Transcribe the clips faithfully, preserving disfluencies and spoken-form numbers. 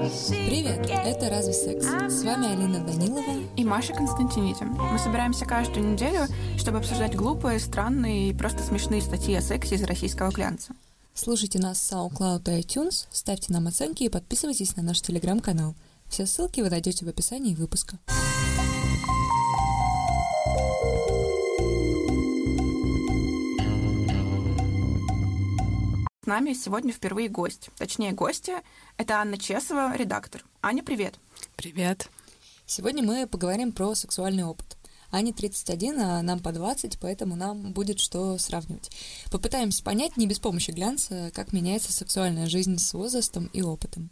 Привет, это «Разве секс?». С вами Алина Данилова и Маша Константинидзе. Мы собираемся каждую неделю, чтобы обсуждать глупые, странные и просто смешные статьи о сексе из российского глянца. Слушайте нас в SoundCloud и iTunes, ставьте нам оценки и подписывайтесь на наш телеграм-канал. Все ссылки вы найдете в описании выпуска. С нами сегодня впервые гость. Точнее, гостья – это Анна Чесова, редактор. Аня, привет. Привет. Сегодня мы поговорим про сексуальный опыт. Ане тридцать один, а нам по двадцать, поэтому нам будет что сравнивать. Попытаемся понять, не без помощи глянца, как меняется сексуальная жизнь с возрастом и опытом.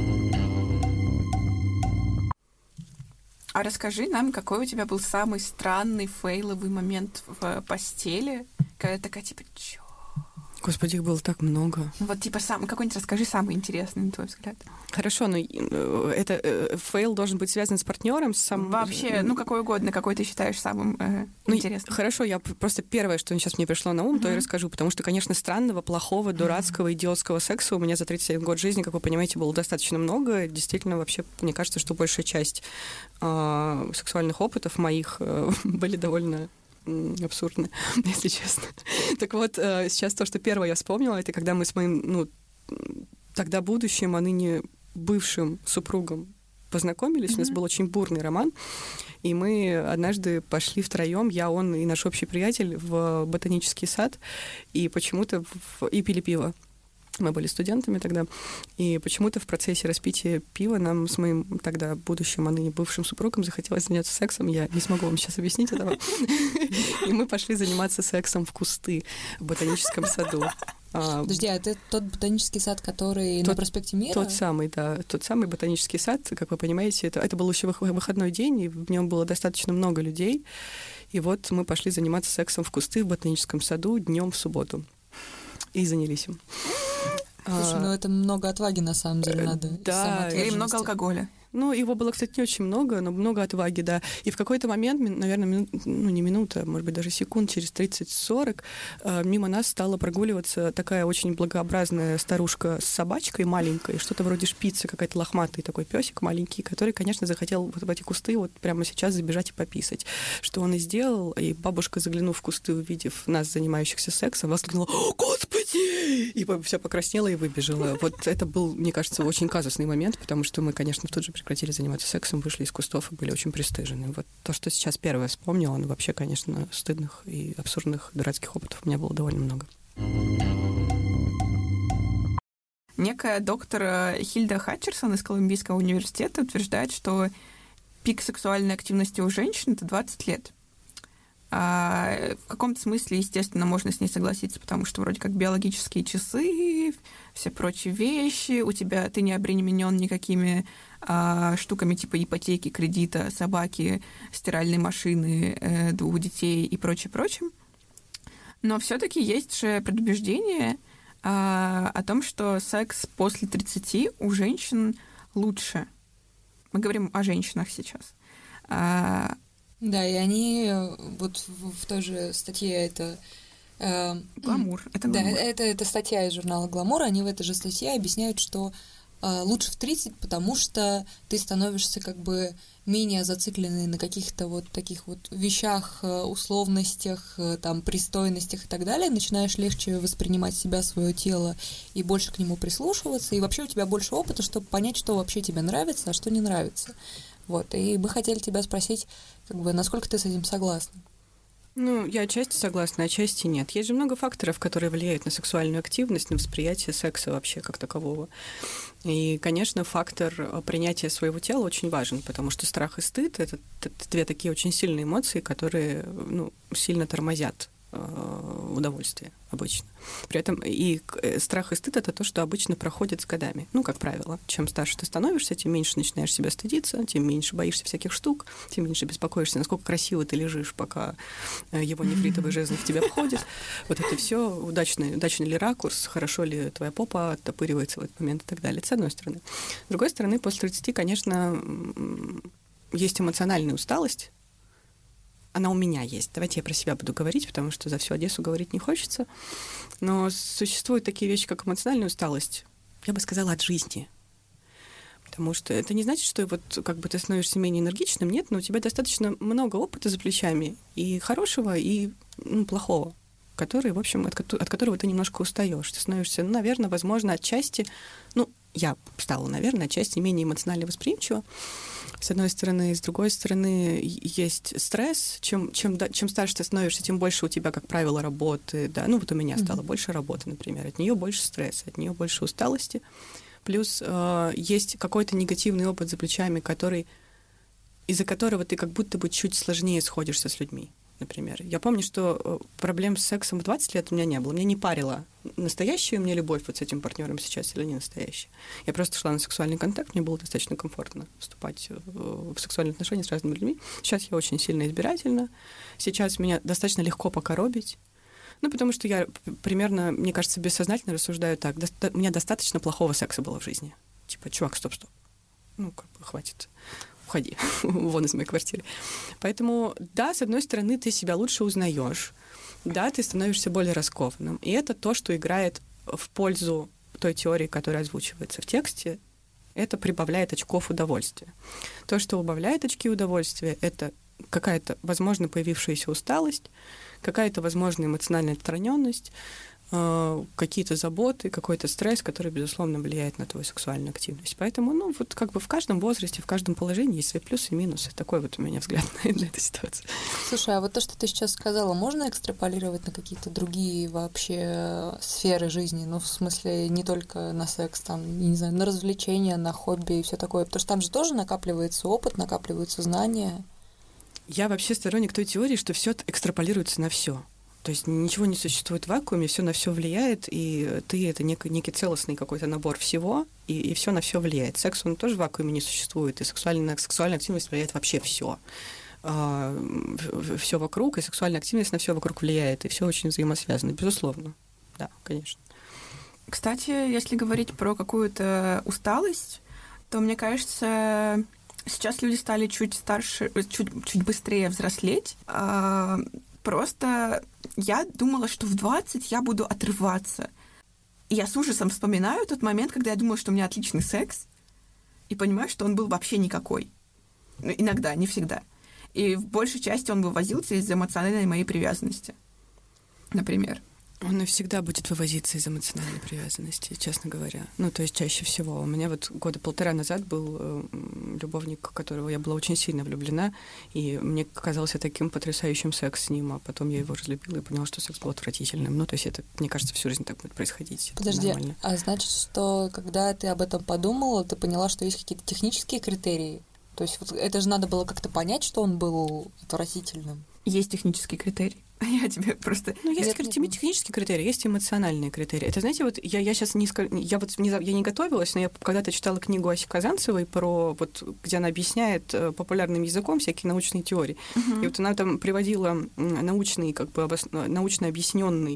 А расскажи нам, какой у тебя был самый странный, фейловый момент в постели, когда такая, типа, чё? Господи, их было так много. Вот, типа, сам, какой-нибудь расскажи самый интересный, на твой взгляд. Хорошо, но это э, фейл должен быть связан с партнером, с самым... Вообще, ну, какой угодно, какой ты считаешь самым э, ну, интересным. Хорошо, я просто первое, что сейчас мне пришло на ум, mm-hmm. то и расскажу, потому что, конечно, странного, плохого, дурацкого, mm-hmm. идиотского секса у меня за тридцать один год жизни, как вы понимаете, было достаточно много. Действительно, вообще, мне кажется, что большая часть э, сексуальных опытов моих э, были довольно... абсурдно, если честно. Так вот, сейчас то, что первое я вспомнила, это когда мы с моим, ну, тогда будущим, а ныне бывшим супругом познакомились. Mm-hmm. У нас был очень бурный роман, и мы однажды пошли втроем, я, он и наш общий приятель, в ботанический сад, и почему-то в... и пили пиво. Мы были студентами тогда, и почему-то в процессе распития пива нам с моим тогда будущим, а ныне бывшим супругом захотелось заняться сексом. Я не смогу вам сейчас объяснить этого. И мы пошли заниматься сексом в кусты в ботаническом саду. Подожди, а это тот ботанический сад, который тот, на проспекте Мира? Тот самый, да, тот самый ботанический сад, как вы понимаете, это, это был еще выходной день, и в нем было достаточно много людей. И вот мы пошли заниматься сексом в кусты в ботаническом саду днем в субботу. И занялись им. Слушай, ну это много отваги, на самом деле, надо. Да, и много алкоголя. Ну, его было, кстати, не очень много, но много отваги, да. И в какой-то момент, наверное, минут, ну, не минута, может быть, даже секунд, через тридцать-сорок, мимо нас стала прогуливаться такая очень благообразная старушка с собачкой маленькой, что-то вроде шпицы, какой-то лохматый такой песик маленький, который, конечно, захотел вот в эти кусты вот прямо сейчас забежать и пописать. Что он и сделал, и бабушка, заглянув в кусты, увидев нас, занимающихся сексом, воскликнула: «О, Господи!» И вся покраснела и выбежала. Вот это был, мне кажется, очень казусный момент, потому что мы, конечно, тут же прекратили заниматься сексом, вышли из кустов и были очень пристыжены. Вот то, что сейчас первое вспомнила, но вообще, конечно, стыдных и абсурдных дурацких опытов у меня было довольно много. Некая доктор Хильда Хатчерсон из Колумбийского университета утверждает, что пик сексуальной активности у женщин – это двадцать лет. А в каком-то смысле, естественно, можно с ней согласиться, потому что вроде как биологические часы, все прочие вещи, у тебя ты не обременен никакими а, штуками типа ипотеки, кредита, собаки, стиральной машины, э, двух детей и прочее-прочее. Но все-таки есть же предубеждение а, о том, что секс после тридцати у женщин лучше. Мы говорим о женщинах сейчас. А, Да, и они вот в, в той же статье это... Э, «Гламур». Это «Гламур». Да, это, это статья из журнала «Гламур». Они в этой же статье объясняют, что э, лучше в тридцать, потому что ты становишься как бы менее зацикленный на каких-то вот таких вот вещах, условностях, там, пристойностях и так далее. Начинаешь легче воспринимать себя, свое тело и больше к нему прислушиваться. И вообще у тебя больше опыта, чтобы понять, что вообще тебе нравится, а что не нравится. Вот, и мы хотели тебя спросить, как бы, насколько ты с этим согласна? Ну, я отчасти согласна, отчасти нет. Есть же много факторов, которые влияют на сексуальную активность, на восприятие секса вообще как такового. И, конечно, фактор принятия своего тела очень важен, потому что страх и стыд – это, это две такие очень сильные эмоции, которые, ну, сильно тормозят удовольствие обычно. При этом и страх и стыд – это то, что обычно проходит с годами. Ну, как правило, чем старше ты становишься, тем меньше начинаешь себя стыдиться, тем меньше боишься всяких штук, тем меньше беспокоишься, насколько красиво ты лежишь, пока его нефритовый жезл в тебя входит. Вот это все удачный, удачный ли ракурс, хорошо ли твоя попа оттопыривается в этот момент и так далее, с одной стороны. С другой стороны, после тридцати, конечно, есть эмоциональная усталость. Она у меня есть. Давайте я про себя буду говорить, потому что за всю Одессу говорить не хочется. Но существуют такие вещи, как эмоциональная усталость. Я бы сказала, от жизни. Потому что это не значит, что вот как бы ты становишься менее энергичным, нет, но у тебя достаточно много опыта за плечами, и хорошего, и ну, плохого, который, в общем, от, от которого ты немножко устаешь. Ты становишься, ну, наверное, возможно, отчасти, ну, я стала, наверное, отчасти менее эмоционально восприимчива, с одной стороны. С другой стороны, есть стресс. Чем, чем, чем старше ты становишься, тем больше у тебя, как правило, работы. Да? Ну, вот у меня стало mm-hmm. больше работы, например. От нее больше стресса, от нее больше усталости. Плюс э, есть какой-то негативный опыт за плечами, который, из-за которого ты как будто бы чуть сложнее сходишься с людьми. Например. Я помню, что проблем с сексом в двадцать лет у меня не было. Меня не парило, настоящая у меня любовь вот с этим партнером сейчас или не настоящая. Я просто шла на сексуальный контакт, мне было достаточно комфортно вступать в сексуальные отношения с разными людьми. Сейчас я очень сильно избирательна. Сейчас меня достаточно легко покоробить. Ну, потому что я примерно, мне кажется, бессознательно рассуждаю так. До- у меня достаточно плохого секса было в жизни. Типа, чувак, стоп-стоп. Ну, как бы, хватит. Уходи вон из моей квартиры. Поэтому, да, с одной стороны, ты себя лучше узнаешь, да, ты становишься более раскованным. И это то, что играет в пользу той теории, которая озвучивается в тексте. Это прибавляет очков удовольствия. То, что убавляет очки удовольствия, это какая-то, возможно, появившаяся усталость, какая-то, возможно, эмоциональная отстраненность, какие-то заботы, какой-то стресс, который, безусловно, влияет на твою сексуальную активность. Поэтому, ну, вот как бы в каждом возрасте, в каждом положении есть свои плюсы и минусы. Такой вот у меня взгляд на, на эту ситуацию. Слушай, а вот то, что ты сейчас сказала, можно экстраполировать на какие-то другие вообще сферы жизни? Ну, в смысле, не только на секс, там, не знаю, на развлечения, на хобби и все такое. Потому что там же тоже накапливается опыт, накапливаются знания. Я вообще сторонник той теории, что все экстраполируется на все. То есть ничего не существует в вакууме, все на все влияет, и ты это некий, некий целостный какой-то набор всего, и, и все на все влияет. Секс, он тоже в вакууме не существует, и сексуальная, сексуальная активность влияет вообще все. А, все вокруг, и сексуальная активность на все вокруг влияет, и все очень взаимосвязано, безусловно. Да, конечно. Кстати, если говорить про какую-то усталость, то, мне кажется, сейчас люди стали чуть старше, чуть, чуть быстрее взрослеть. А, просто я думала, что в двадцать я буду отрываться. И я с ужасом вспоминаю тот момент, когда я думала, что у меня отличный секс, и понимаю, что он был вообще никакой. Ну, иногда, не всегда. И в большей части он вывозился из-за эмоциональной моей привязанности, например. Он навсегда будет вывозиться из эмоциональной привязанности, честно говоря. Ну, то есть чаще всего. У меня вот года полтора назад был э, любовник, в которого я была очень сильно влюблена, и мне казался таким потрясающим секс с ним, а потом я его разлюбила и поняла, что секс был отвратительным. Ну, то есть это, мне кажется, всю жизнь так будет происходить. Подожди, а значит, что когда ты об этом подумала, ты поняла, что есть какие-то технические критерии? То есть вот это же надо было как-то понять, что он был отвратительным? Есть технические критерии. Я тебе просто... Ну, есть нет, нет. технические критерии, есть эмоциональные критерии. Это, знаете, вот я, я сейчас не... Я вот не, я не готовилась, но я когда-то читала книгу Аси Казанцевой, про, вот, где она объясняет популярным языком всякие научные теории. Uh-huh. И вот она там приводила научный, как бы, обос... научно объясненный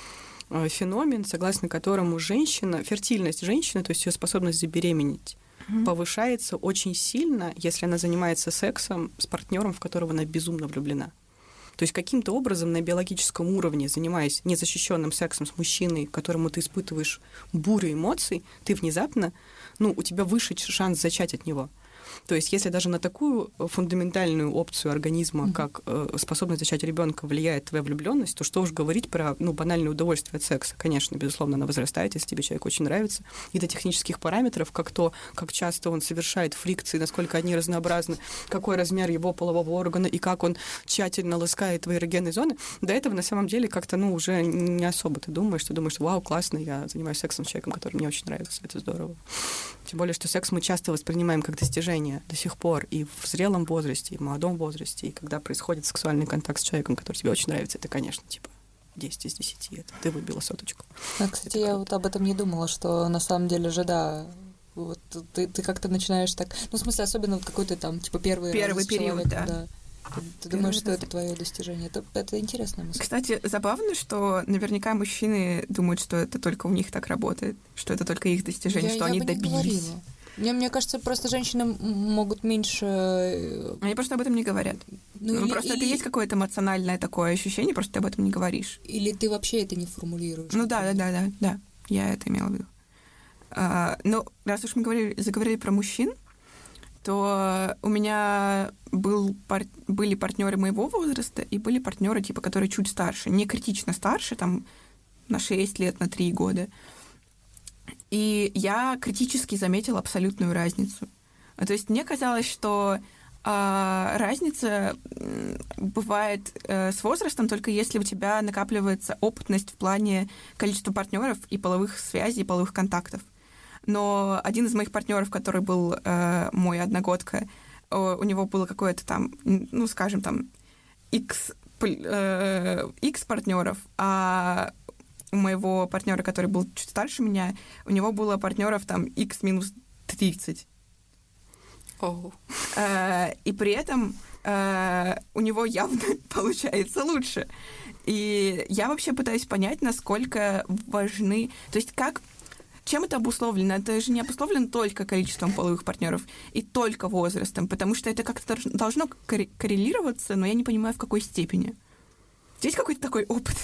феномен, согласно которому женщина, фертильность женщины, то есть ее способность забеременеть, uh-huh. повышается очень сильно, если она занимается сексом с партнером, в которого она безумно влюблена. То есть каким-то образом на биологическом уровне, занимаясь незащищенным сексом с мужчиной, которому ты испытываешь бурю эмоций, ты внезапно, ну, у тебя выше шанс зачать от него. То есть если даже на такую фундаментальную опцию организма, mm-hmm. как э, способность зачать ребенка, влияет твоя влюбленность, то что уж говорить про ну, банальное удовольствие от секса. Конечно, безусловно, она возрастает, если тебе человек очень нравится. И до технических параметров, как то, как часто он совершает фрикции, насколько они разнообразны, какой размер его полового органа и как он тщательно ласкает твои эрогенные зоны, до этого на самом деле как-то ну, уже не особо ты думаешь. Ты думаешь, вау, классно, я занимаюсь сексом с человеком, который мне очень нравится, это здорово. Тем более, что секс мы часто воспринимаем как достижение до сих пор и в зрелом возрасте, и в молодом возрасте, и когда происходит сексуальный контакт с человеком, который тебе очень нравится, это, конечно, типа десять из десяти, это ты выбила соточку. А, кстати, это я вот об этом не думала, что на самом деле же, да, вот ты, ты как-то начинаешь так, ну, в смысле, особенно вот какой-то там, типа, первый Первый период, человеком, да. да. Ты, ты думаешь, что это твое достижение? Это, это интересная мысль. Кстати, забавно, что наверняка мужчины думают, что это только у них так работает, что это только их достижение, я, что я они бы не добились. Говорила. Мне, мне кажется, просто женщины могут меньше... Они просто об этом не говорят. Ну, ну или, просто или... это есть какое-то эмоциональное такое ощущение, просто ты об этом не говоришь. Или ты вообще это не формулируешь. Ну да, да, да, да, да. Я это имела в виду. А, ну, раз уж мы говорили, заговорили про мужчин, то у меня был пар... были партнеры моего возраста и были партнеры, типа, которые чуть старше, не критично старше, там, на шесть лет, на три года. И я критически заметила абсолютную разницу. То есть мне казалось, что а, разница бывает а, с возрастом только если у тебя накапливается опытность в плане количества партнеров и половых связей, и половых контактов. Но один из моих партнеров, который был э, мой одногодка, э, у него было какое-то там, ну, скажем, там, X, э, X партнеров, а у моего партнера, который был чуть старше меня, у него было партнеров там X минус тридцать. Oh. Э, и при этом э, у него явно получается лучше. И я вообще пытаюсь понять, насколько важны... То есть как... Чем это обусловлено? Это же не обусловлено только количеством половых партнеров и только возрастом, потому что это как-то должно коррелироваться, но я не понимаю, в какой степени. Есть какой-то такой опыт?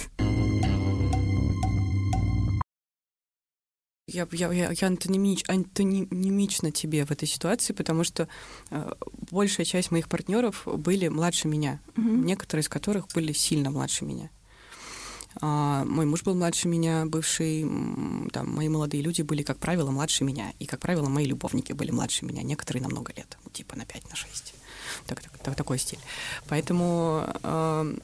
Я, я, я, я антонимич, антонимична тебе в этой ситуации, потому что э, большая часть моих партнеров были младше меня, mm-hmm. некоторые из которых были сильно младше меня. Uh, мой муж был младше меня, бывший, там, мои молодые люди были, как правило, младше меня. И, как правило, мои любовники были младше меня, некоторые на много лет, типа на пять, на шесть. Так, так, так, такой стиль. Поэтому, uh,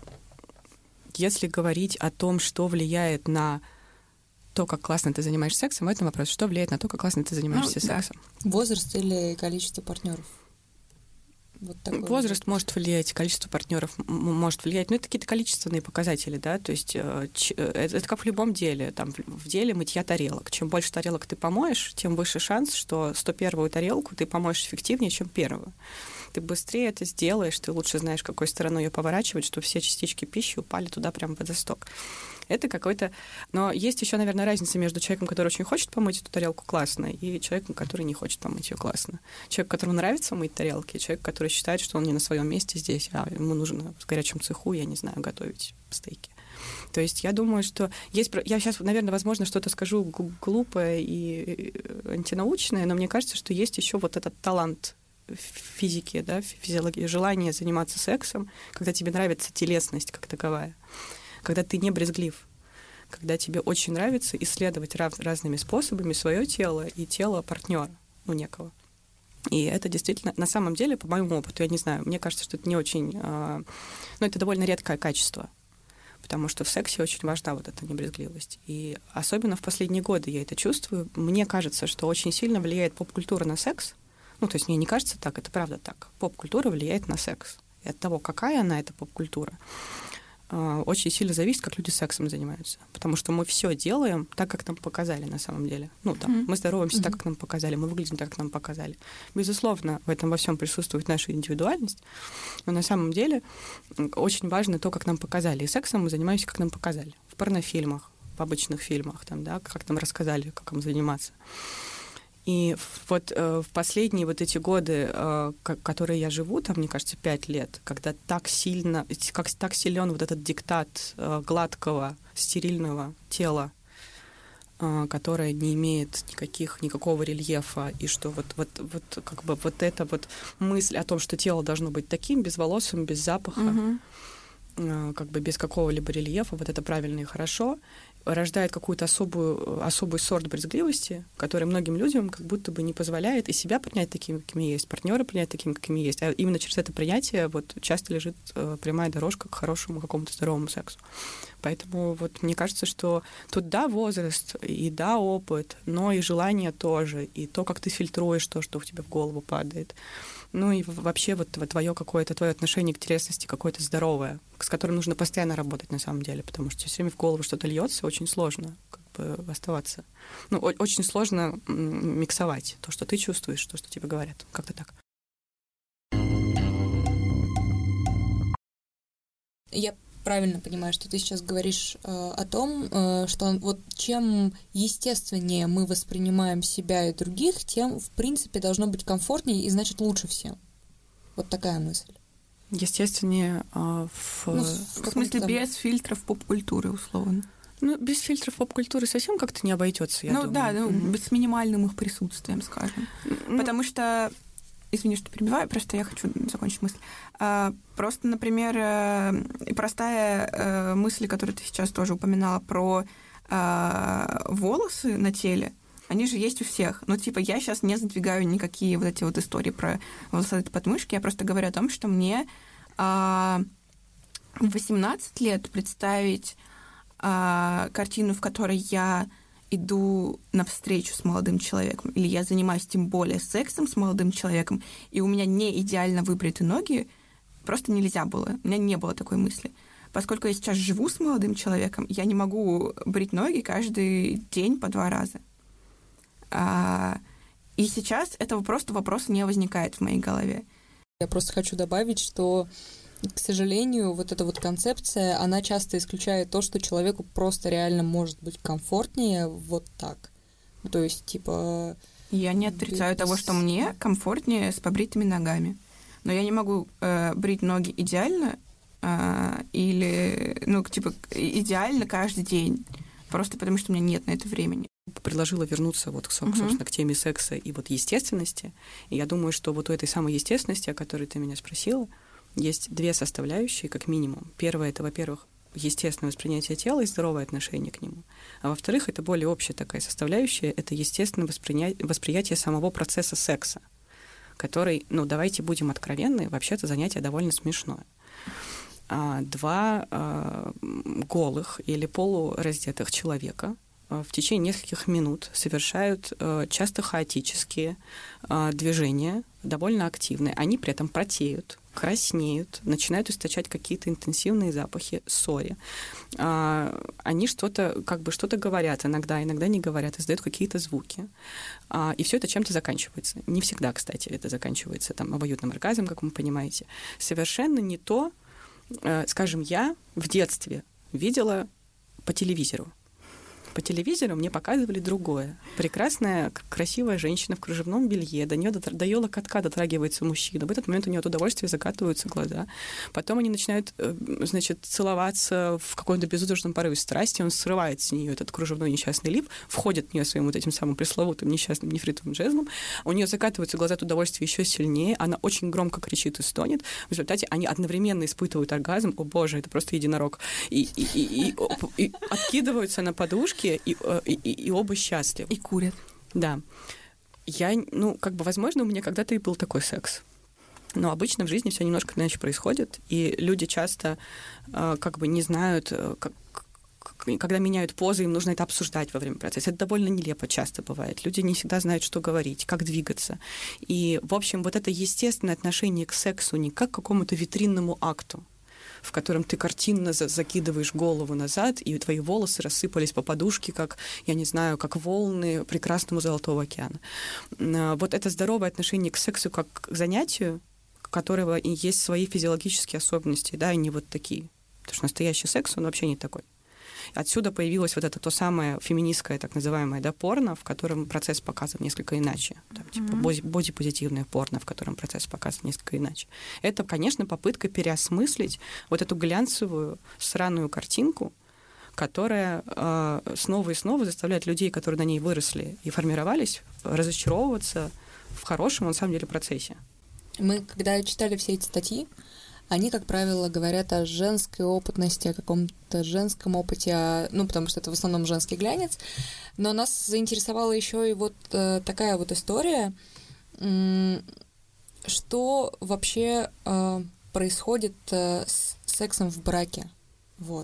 если говорить о том, что влияет на то, как классно ты занимаешься сексом, это вопрос, что влияет на то, как классно ты занимаешься ну, сексом. Да. Возраст или количество партнеров? Вот возраст вот. Может влиять, количество партнеров может влиять, но это какие-то количественные показатели, да, то есть это как в любом деле, там, в деле мытья тарелок. Чем больше тарелок ты помоешь, тем выше шанс, что сто первую тарелку ты помоешь эффективнее, чем первую. Ты быстрее это сделаешь, ты лучше знаешь, какой стороной ее поворачивать, чтобы все частички пищи упали туда прямо в водосток. Это какой-то... Но есть еще, наверное, разница между человеком, который очень хочет помыть эту тарелку классно, и человеком, который не хочет помыть ее классно. Человек, которому нравится мыть тарелки, человек, который считает, что он не на своем месте здесь, а ему нужно в горячем цеху, я не знаю, готовить стейки. То есть я думаю, что есть... Я сейчас, наверное, возможно, что-то скажу глупое и антинаучное, но мне кажется, что есть еще вот этот талант физики, да, физиологии, желание заниматься сексом, когда тебе нравится телесность как таковая, когда ты не брезглив, когда тебе очень нравится исследовать раз, разными способами свое тело и тело партнера, ну, некого. И это действительно, на самом деле, по моему опыту, я не знаю, мне кажется, что это не очень... Э, ну, это довольно редкое качество, потому что в сексе очень важна вот эта небрезгливость. И особенно в последние годы я это чувствую. Мне кажется, что очень сильно влияет поп-культура на секс. Ну, то есть мне не кажется так, это правда так. Поп-культура влияет на секс. И от того, какая она, эта поп-культура, очень сильно зависит, как люди сексом занимаются. Потому что мы все делаем так, как нам показали на самом деле. Ну, там, mm-hmm. мы здороваемся mm-hmm. так, как нам показали, мы выглядим так, как нам показали. Безусловно, в этом во всем присутствует наша индивидуальность, но на самом деле очень важно то, как нам показали. И сексом мы занимаемся, как нам показали. В порнофильмах, в обычных фильмах, там, да, как нам рассказали, как им заниматься. И вот э, в последние вот эти годы, э, которые я живу, там, мне кажется, пять лет, когда так сильно, как так силен вот этот диктат э, гладкого, стерильного тела, э, которое не имеет никаких, никакого рельефа, и что вот, вот, вот, как бы вот эта вот мысль о том, что тело должно быть таким, безволосым, без запаха, mm-hmm. э, как бы без какого-либо рельефа, вот это правильно и хорошо, рождает какую-то особую, особый сорт брезгливости, который многим людям как будто бы не позволяет и себя принять такими, какими есть, партнера принять такими, какими есть. А именно через это принятие вот часто лежит э, прямая дорожка к хорошему какому-то здоровому сексу. Поэтому вот мне кажется, что тут да, возраст, и да, опыт, но и желание тоже, и то, как ты фильтруешь то, что в тебя в голову падает. Ну и вообще вот твое какое-то твое отношение к телесности какое-то здоровое, с которым нужно постоянно работать на самом деле, потому что все время в голову что-то льется, очень сложно как бы оставаться. Ну, очень сложно миксовать то, что ты чувствуешь, то, что тебе говорят. Как-то так. Я правильно понимаю, что ты сейчас говоришь э, о том, э, что вот чем естественнее мы воспринимаем себя и других, тем, в принципе, должно быть комфортнее и, значит, лучше всем. Вот такая мысль. Естественнее э, в... Ну, в, в смысле, там... без фильтров поп-культуры, условно. Ну, без фильтров поп-культуры совсем как-то не обойдется, я ну, думаю. Да, ну, mm-hmm. с минимальным их присутствием, скажем. Mm-hmm. Потому что, извини, что перебиваю, просто я хочу закончить мысль. А, просто, например, простая мысль, которую ты сейчас тоже упоминала, про а, волосы на теле, они же есть у всех. Ну, типа, я сейчас не задвигаю никакие вот эти вот истории про волосатые подмышки, я просто говорю о том, что мне а, в восемнадцать лет представить а, картину, в которой я иду навстречу с молодым человеком, или я занимаюсь тем более сексом с молодым человеком, и у меня не идеально выбриты ноги, просто нельзя было. У меня не было такой мысли. Поскольку я сейчас живу с молодым человеком, я не могу брить ноги каждый день по два раза. А, и сейчас этого просто вопроса не возникает в моей голове. Я просто хочу добавить, что, к сожалению, вот эта вот концепция, она часто исключает то, что человеку просто реально может быть комфортнее вот так. То есть, типа... Я не отрицаю без... того, что мне комфортнее с побритыми ногами. Но я не могу э, брить ноги идеально э, или, ну, типа, идеально каждый день. Просто потому, что у меня нет на это времени. Предложила вернуться вот, собственно, uh-huh. к теме секса и вот естественности. И я думаю, что вот у этой самой естественности, о которой ты меня спросила, есть две составляющие, как минимум. Первое — это, во-первых, естественное воспринятие тела и здоровое отношение к нему. А во-вторых, это более общая такая составляющая — это естественное восприня... восприятие самого процесса секса, который, ну, давайте будем откровенны, вообще-то занятие довольно смешное. А, два а, голых или полураздетых человека в течение нескольких минут совершают э, часто хаотические э, движения, довольно активные. Они при этом потеют, краснеют, начинают источать какие-то интенсивные запахи соли. Э, они что-то, как бы что-то говорят иногда, иногда не говорят, издают какие-то звуки. Э, и все это чем-то заканчивается. Не всегда, кстати, это заканчивается там обоюдным оргазмом, как вы понимаете. Совершенно не то, э, скажем, я в детстве видела по телевизору. По телевизору мне показывали другое. Прекрасная, красивая женщина в кружевном белье, до нее до ее локотка дотрагивается мужчина. В этот момент у нее от удовольствия закатываются глаза. Потом они начинают, значит, целоваться в каком-то безудержном порыве страсти. Он срывает с нее этот кружевной несчастный лиф, входит в нее своим вот этим самым пресловутым несчастным нефритовым жезлом. У нее закатываются глаза от удовольствия еще сильнее. Она очень громко кричит и стонет. В результате они одновременно испытывают оргазм. О боже, это просто единорог. И, и, и, и, и откидываются на подушки. И, и, и оба счастливы. И курят. Да. Я, ну, как бы, возможно, у меня когда-то и был такой секс. Но обычно в жизни все немножко иначе происходит, и люди часто э, как бы не знают, как, когда меняют позы, им нужно это обсуждать во время процесса. Это довольно нелепо часто бывает. Люди не всегда знают, что говорить, как двигаться. И, в общем, вот это естественное отношение к сексу не как к какому-то витринному акту, в котором ты картинно закидываешь голову назад, и твои волосы рассыпались по подушке, как, я не знаю, как волны прекрасного Золотого океана. Вот это здоровое отношение к сексу как к занятию, у которого и есть свои физиологические особенности, да, и не вот такие. Потому что настоящий секс, он вообще не такой. Отсюда появилось вот это то самое феминистское, так называемое, да, порно, в котором процесс показан несколько иначе. Там, mm-hmm. типа боди- бодипозитивное порно, в котором процесс показан несколько иначе. Это, конечно, попытка переосмыслить вот эту глянцевую, сраную картинку, которая э, снова и снова заставляет людей, которые на ней выросли и формировались, разочаровываться в хорошем, на самом деле, процессе. Мы, когда читали все эти статьи, они, как правило, говорят о женской опытности, о каком-то женском опыте, о, ну, потому что это в основном женский глянец. Но нас заинтересовала еще и вот э, такая вот история, э, что вообще э, происходит э, с сексом в браке. Вот.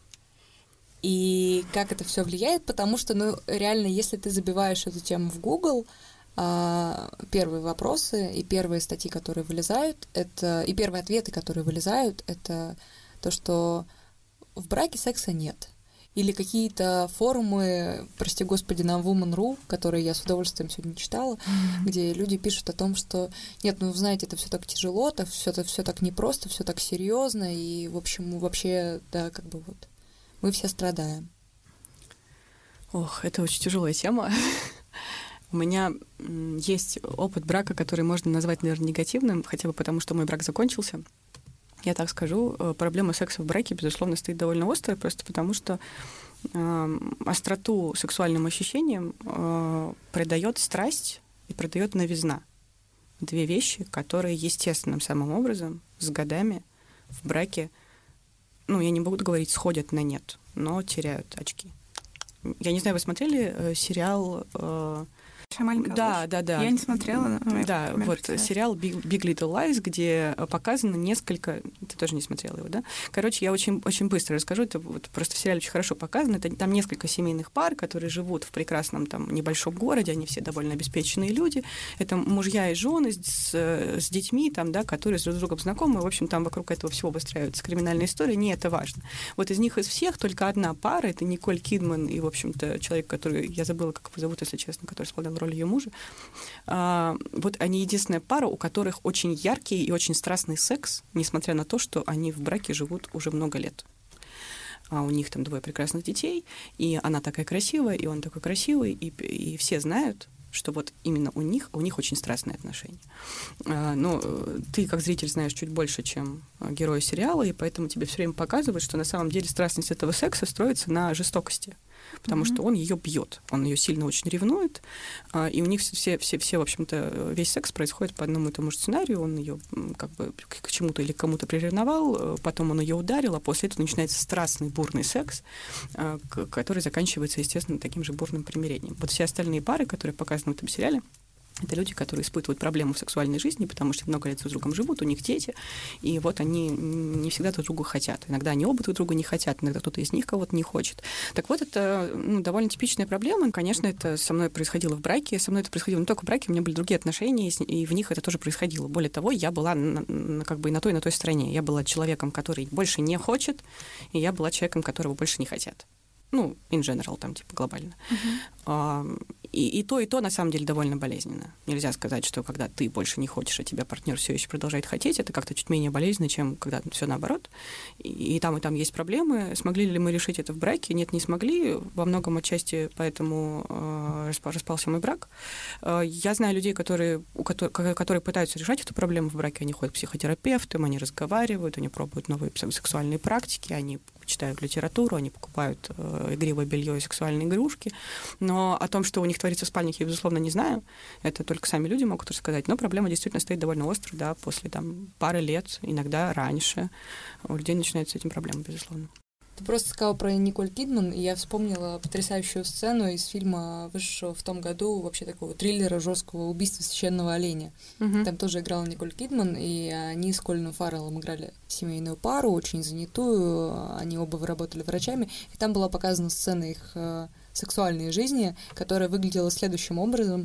И как это все влияет, потому что, ну, реально, если ты забиваешь эту тему в Google, первые вопросы и первые статьи, которые вылезают, это и первые ответы, которые вылезают, это то, что в браке секса нет. Или какие-то форумы, прости господи, на woman точка ру, которые я с удовольствием сегодня читала, mm-hmm. где люди пишут о том, что нет, ну, вы знаете, это все так тяжело, это все это все так непросто, все так серьезно, и, в общем, вообще, да, как бы вот мы все страдаем. Ох, это очень тяжелая тема. У меня есть опыт брака, который можно назвать, наверное, негативным, хотя бы потому, что мой брак закончился. Я так скажу, проблема секса в браке, безусловно, стоит довольно острая, просто потому что э, остроту сексуальным ощущениям э, придает страсть и придает новизна. Две вещи, которые естественным самым образом с годами в браке, ну, я не буду говорить, сходят на нет, но теряют очки. Я не знаю, вы смотрели э, сериал... Э, Маленькая да, ложь. да, да. Я не смотрела. Но да, я вот сериал Big, Big Little Lies, где показано несколько... Ты тоже не смотрела его, да? Короче, я очень, очень быстро расскажу. Это вот просто в сериале очень хорошо показано. Это, там несколько семейных пар, которые живут в прекрасном там небольшом городе. Они все довольно обеспеченные люди. Это мужья и жены с, с детьми, там, да, которые с друг другом знакомы. В общем, там вокруг этого всего выстраивается криминальная история. Не это важно. Вот из них, из всех, только одна пара. Это Николь Кидман и, в общем-то, человек, который... Я забыла, как его зовут, если честно, который исполнял роль ее мужа. А, вот они единственная пара, у которых очень яркий и очень страстный секс, несмотря на то, что они в браке живут уже много лет. А у них там двое прекрасных детей, и она такая красивая, и он такой красивый, и, и все знают, что вот именно у них, у них очень страстные отношения. А, но ты, как зритель, знаешь чуть больше, чем герои сериала, и поэтому тебе все время показывают, что на самом деле страстность этого секса строится на жестокости. Потому mm-hmm. что он ее бьет, он ее сильно очень ревнует, и у них все, все, все, в общем-то, весь секс происходит по одному и тому же сценарию. Он ее как бы к чему-то или к кому-то приревновал, потом он ее ударил, а после этого начинается страстный, бурный секс, который заканчивается, естественно, таким же бурным примирением. Вот все остальные пары, которые показаны в этом сериале, это люди, которые испытывают проблемы в сексуальной жизни, потому что много лет друг с другом живут, у них дети, и вот они не всегда друг друга хотят. Иногда они оба друг друга не хотят, иногда кто-то из них кого-то не хочет. Так вот, это ну, довольно типичная проблема. Конечно, это со мной происходило в браке, со мной это происходило не только в браке, у меня были другие отношения, и в них это тоже происходило. Более того, я была на, на, как бы и на той, и на той стороне. Я была человеком, который больше не хочет, и я была человеком, которого больше не хотят. Ну, in general, там, типа, глобально. Uh-huh. И, и то, и то, на самом деле, довольно болезненно. Нельзя сказать, что когда ты больше не хочешь, а тебя партнер все еще продолжает хотеть, это как-то чуть менее болезненно, чем когда все наоборот. И, и там, и там есть проблемы. Смогли ли мы решить это в браке? Нет, не смогли. Во многом отчасти поэтому э, распался мой брак. Э, я знаю людей, которые, у которых, которые пытаются решать эту проблему в браке. Они ходят к психотерапевтам, они разговаривают, они пробуют новые сексуальные практики, они читают литературу, они покупают э, игривое белье и сексуальные игрушки. Но о том, что у них творится в спальнях, я, безусловно, не знаю. Это только сами люди могут рассказать. Но проблема действительно стоит довольно остро, да, после там, пары лет, иногда раньше. У людей начинаются с этим проблемы, безусловно. Ты просто сказала про Николь Кидман, и я вспомнила потрясающую сцену из фильма, вышедшего в том году, вообще такого триллера жесткого убийства священного оленя. Uh-huh. Там тоже играла Николь Кидман, и они с Колином Фарреллом играли семейную пару, очень занятую, они оба работали врачами, и там была показана сцена их э, сексуальной жизни, которая выглядела следующим образом.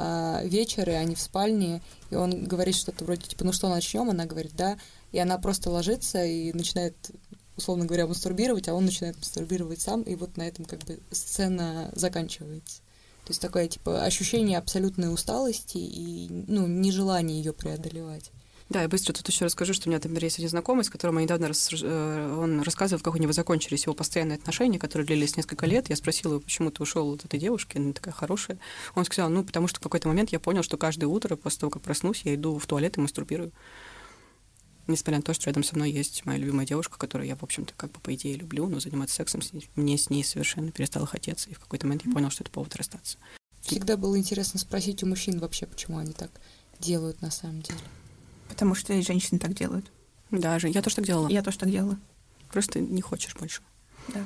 Э, вечер, и они в спальне, и он говорит что-то вроде, типа, ну что, начнем? Она говорит, да, и она просто ложится и начинает, условно говоря, мастурбировать, а он начинает мастурбировать сам, и вот на этом как бы сцена заканчивается. То есть такое, типа, ощущение абсолютной усталости и, ну, нежелание ее преодолевать. Да, я быстро тут еще расскажу, что у меня, например, есть один знакомый, с которым я недавно рас... он рассказывал, как у него закончились его постоянные отношения, которые длились несколько лет. Я спросила его, почему ты ушел от этой девушки, она такая хорошая. Он сказал, ну, потому что в какой-то момент я понял, что каждое утро после того, как проснусь, я иду в туалет и мастурбирую. Несмотря на то, что рядом со мной есть моя любимая девушка, которую я, в общем-то, как бы по идее люблю, но заниматься сексом с ней, мне с ней совершенно перестало хотеться, и в какой-то момент я понял, что это повод расстаться. Всегда было интересно спросить у мужчин вообще, почему они так делают на самом деле. Потому что и женщины так делают. Да, Жень, я тоже так делала. Я тоже так делала. Просто не хочешь больше. Да.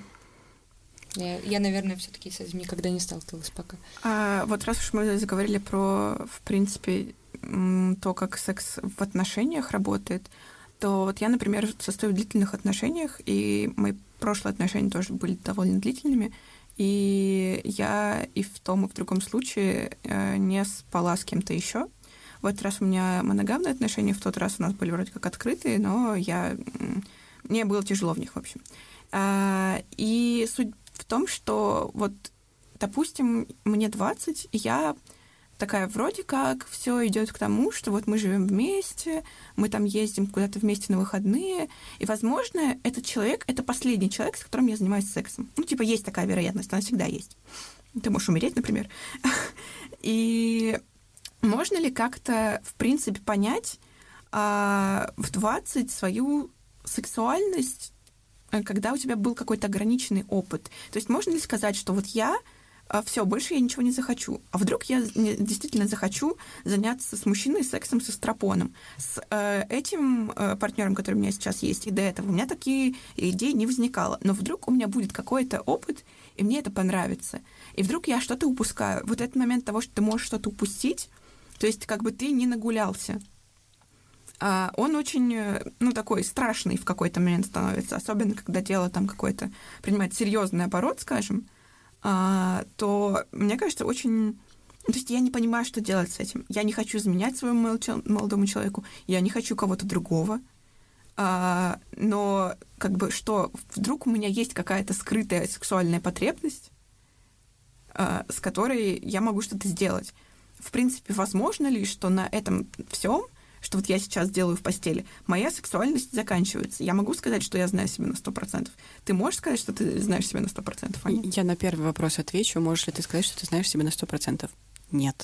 Я, я наверное, все-таки с этим никогда не сталкивалась пока. А вот раз уж мы заговорили про, в принципе, то, как секс в отношениях работает, то вот я, например, состою в длительных отношениях, и мои прошлые отношения тоже были довольно длительными, и я и в том, и в другом случае не спала с кем-то еще. В этот раз у меня моногамные отношения, в тот раз у нас были вроде как открытые, но я... мне было тяжело в них, в общем. И суть в том, что вот, допустим, мне двадцать, и я такая вроде как все идет к тому, что вот мы живем вместе, мы там ездим куда-то вместе на выходные, и, возможно, этот человек — это последний человек, с которым я занимаюсь сексом. Ну, типа, есть такая вероятность, она всегда есть. Ты можешь умереть, например. И можно ли как-то, в принципе, понять, а в двадцать свою сексуальность, когда у тебя был какой-то ограниченный опыт. То есть можно ли сказать, что вот я все, больше я ничего не захочу. А вдруг я действительно захочу заняться с мужчиной сексом со стропоном. С э, этим э, партнером, который у меня сейчас есть, и до этого у меня такие идеи не возникало. Но вдруг у меня будет какой-то опыт, и мне это понравится. И вдруг я что-то упускаю. Вот этот момент того, что ты можешь что-то упустить, то есть как бы ты не нагулялся. А он очень, ну, такой страшный в какой-то момент становится, особенно когда дело там какое-то принимает серьезный оборот, скажем, а, то, мне кажется, очень... То есть я не понимаю, что делать с этим. Я не хочу изменять своему молодому человеку, я не хочу кого-то другого, а, но как бы что, вдруг у меня есть какая-то скрытая сексуальная потребность, а, с которой я могу что-то сделать. В принципе, возможно ли, что на этом всем, что вот я сейчас делаю в постели, моя сексуальность заканчивается. Я могу сказать, что я знаю себя на сто процентов. Ты можешь сказать, что ты знаешь себя на сто процентов, Аня? Я на первый вопрос отвечу. Можешь ли ты сказать, что ты знаешь себя на сто процентов? Нет.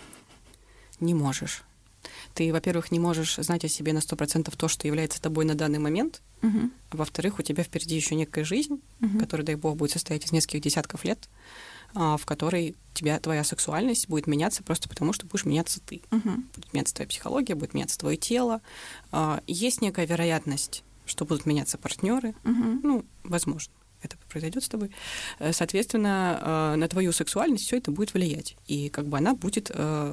Не можешь. Ты, во-первых, не можешь знать о себе на сто процентов то, что является тобой на данный момент. Uh-huh. А во-вторых, у тебя впереди еще некая жизнь, uh-huh. которая, дай бог, будет состоять из нескольких десятков лет, в которой тебя, твоя сексуальность будет меняться просто потому, что будешь меняться ты. Uh-huh. Будет меняться твоя психология, будет меняться твое тело. Есть некая вероятность, что будут меняться партнеры. Uh-huh. Ну, возможно, это произойдет с тобой. Соответственно, на твою сексуальность все это будет влиять. И как бы она будет...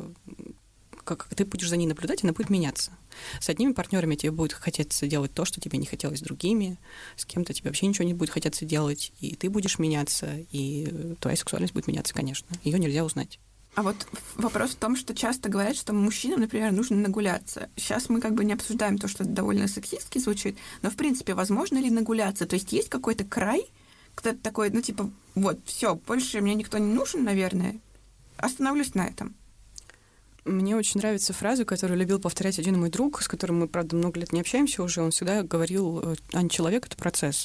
как ты будешь за ней наблюдать, она будет меняться. С одними партнерами тебе будет хотеться делать то, что тебе не хотелось с другими, с кем-то тебе вообще ничего не будет хотеться делать, и ты будешь меняться, и твоя сексуальность будет меняться, конечно. Ее нельзя узнать. А вот вопрос в том, что часто говорят, что мужчинам, например, нужно нагуляться. Сейчас мы как бы не обсуждаем то, что это довольно сексистски звучит, но, в принципе, возможно ли нагуляться? То есть есть какой-то край, кто-то такой, ну, типа, вот, все, больше мне никто не нужен, наверное, остановлюсь на этом. Мне очень нравится фраза, которую любил повторять один мой друг, с которым мы, правда, много лет не общаемся уже. Он всегда говорил: Ань, человек — это процесс.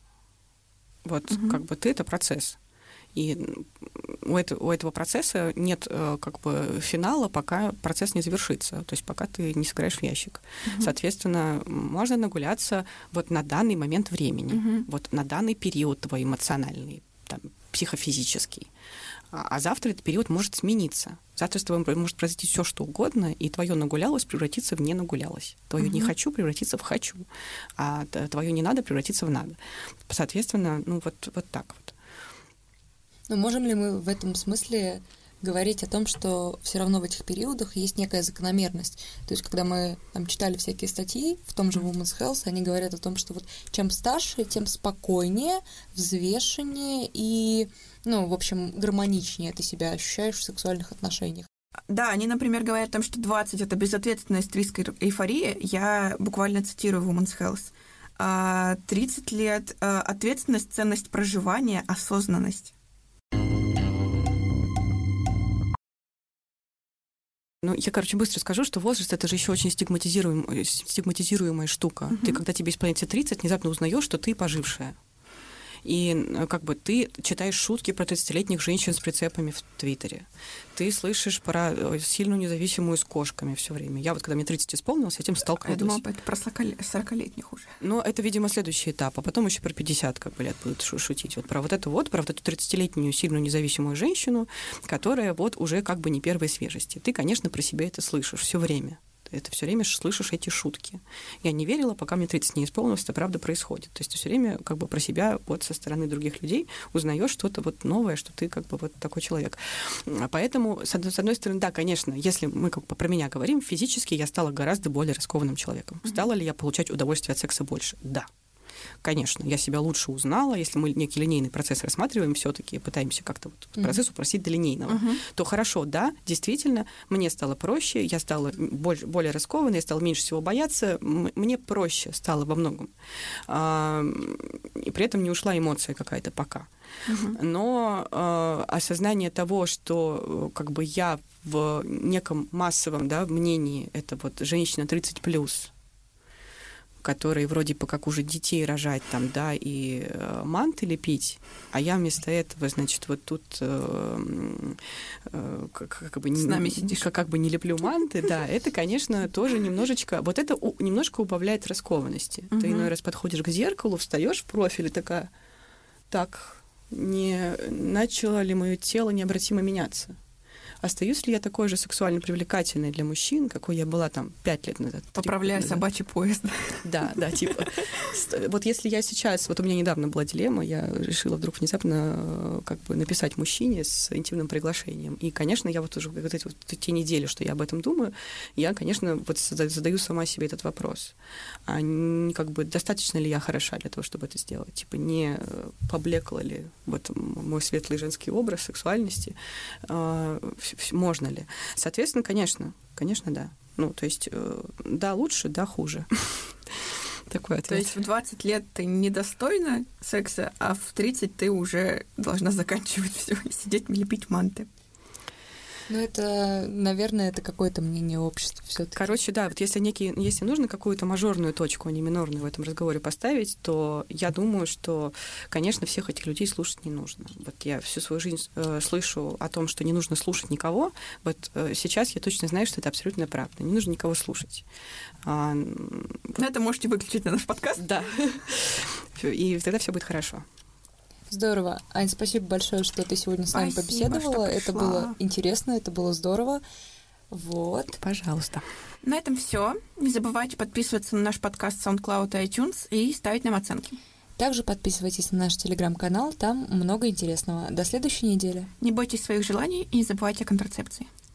Вот, uh-huh. как бы ты — это процесс. И у этого, у этого процесса нет как бы финала, пока процесс не завершится, то есть пока ты не сыграешь в ящик. Uh-huh. Соответственно, можно нагуляться вот на данный момент времени, uh-huh. вот на данный период твой эмоциональный, там, психофизический. А завтра этот период может смениться. Завтра с тобой может произойти все, что угодно, и твое нагулялось превратиться в не нагулялось. Твое mm-hmm. не хочу превратиться в хочу, а твое не надо превратиться в надо. Соответственно, ну вот, вот так вот. Но можем ли мы в этом смысле говорить о том, что все равно в этих периодах есть некая закономерность? То есть, когда мы там читали всякие статьи в том же Women's Health, они говорят о том, что вот чем старше, тем спокойнее, взвешеннее и, ну, в общем, гармоничнее ты себя ощущаешь в сексуальных отношениях. Да, они, например, говорят о том, что двадцать — это безответственность, риск и эйфория. Я буквально цитирую Women's Health. А тридцать лет — ответственность, ценность проживания, осознанность. Ну, я, короче, быстро скажу, что возраст — это же еще очень стигматизируем, стигматизируемая штука. Uh-huh. Ты, когда тебе исполняется тридцать, внезапно узнаешь, что ты пожившая. И как бы ты читаешь шутки про тридцатилетних женщин с прицепами в Твиттере. Ты слышишь про сильную независимую с кошками все время. Я вот, когда мне тридцать исполнилось, с этим столкнулась. Я думала, это про сорокалетних уже. Но это, видимо, следующий этап. А потом еще про пятьдесят как бы лет будут шутить. Вот про вот эту вот, про вот эту тридцатилетнюю сильную независимую женщину, которая вот уже как бы не первой свежести. Ты, конечно, про себя это слышишь все время. Это все время слышишь эти шутки. Я не верила, пока мне тридцать не исполнилось, это правда происходит. То есть ты все время как бы про себя вот со стороны других людей узнаешь что-то вот новое, что ты как бы вот такой человек. Поэтому, с одной стороны, да, конечно, если мы как бы про меня говорим, физически я стала гораздо более раскованным человеком. Стала ли я получать удовольствие от секса больше? Да. Конечно, я себя лучше узнала. Если мы некий линейный процесс рассматриваем, все-таки пытаемся как-то вот mm-hmm. процесс упростить до линейного, mm-hmm. то хорошо, да, действительно, мне стало проще, я стала больше, более раскованной, я стала меньше всего бояться, мне проще стало во многом. И при этом не ушла эмоция какая-то пока. Mm-hmm. Но э, осознание того, что как бы я в неком массовом, да, мнении, это вот женщина тридцать плюс, которые вроде бы как уже детей рожать там, да, и э, манты лепить, а я вместо этого, значит, вот тут э, э, как, как бы с не, нами сидишь. Как, как бы не леплю манты, да, это, конечно, тоже немножечко, вот это у, немножко убавляет раскованности. Ты иной раз подходишь к зеркалу, встаешь в профиль и такая, так, не начало ли мое тело необратимо меняться? Остаюсь ли я такой же сексуально привлекательной для мужчин, какой я была там пять лет назад? Поправляя назад. собачий поезд. Да, да, типа. Вот если я сейчас... Вот у меня недавно была дилемма, я решила вдруг внезапно как бы написать мужчине с интимным приглашением. И, конечно, я вот уже вот эти вот те недели, что я об этом думаю, я, конечно, вот задаю сама себе этот вопрос. А не, как бы достаточно ли я хороша для того, чтобы это сделать? Типа не поблекла ли вот мой светлый женский образ сексуальности? Можно ли? Соответственно, конечно, конечно, да. Ну, то есть, да, лучше, да, хуже. Такой ответ. То есть в двадцать лет ты недостойна секса, а в тридцать ты уже должна заканчивать все и сидеть лепить манты. Ну, это, наверное, это какое-то мнение общества всё-таки. Короче, да, вот если, некий, если нужно какую-то мажорную точку, а не минорную в этом разговоре поставить, то я думаю, что, конечно, всех этих людей слушать не нужно. Вот я всю свою жизнь э, слышу о том, что не нужно слушать никого. Вот э, сейчас я точно знаю, что это абсолютно правда. Не нужно никого слушать. А, вот. Это можете выключить на наш подкаст. Да. И тогда все будет хорошо. Здорово. Ань, спасибо большое, что ты сегодня с нами спасибо, побеседовала. Это было интересно, это было здорово. Вот. Пожалуйста. На этом все. Не забывайте подписываться на наш подкаст SoundCloud и iTunes и ставить нам оценки. Также подписывайтесь на наш телеграм-канал, там много интересного. До следующей недели. Не бойтесь своих желаний и не забывайте о контрацепции.